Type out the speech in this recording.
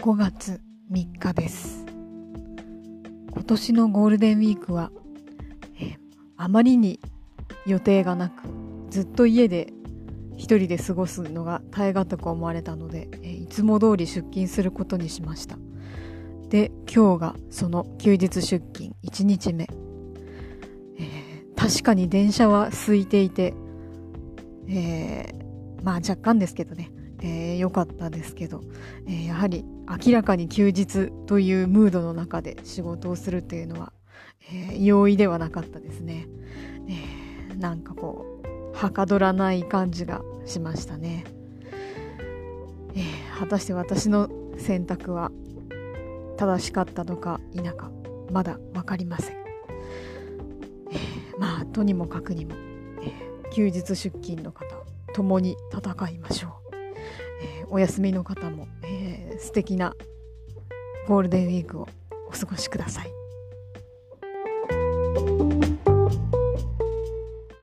5月3日です。今年のゴールデンウィークは、あまりに予定がなく、ずっと家で一人で過ごすのが耐え難く思われたので、いつも通り出勤することにしました。で、今日がその休日出勤1日目。確かに電車は空いていて、若干ですけどね、良かったですけど、やはり明らかに休日というムードの中で仕事をするというのは、容易ではなかったですね。なんかはかどらない感じがしましたね。果たして私の選択は正しかったのか否かまだ分かりません。とにもかくにも、休日出勤の方共に戦いましょう。お休みの方も、素敵なゴールデンウィークをお過ごしください。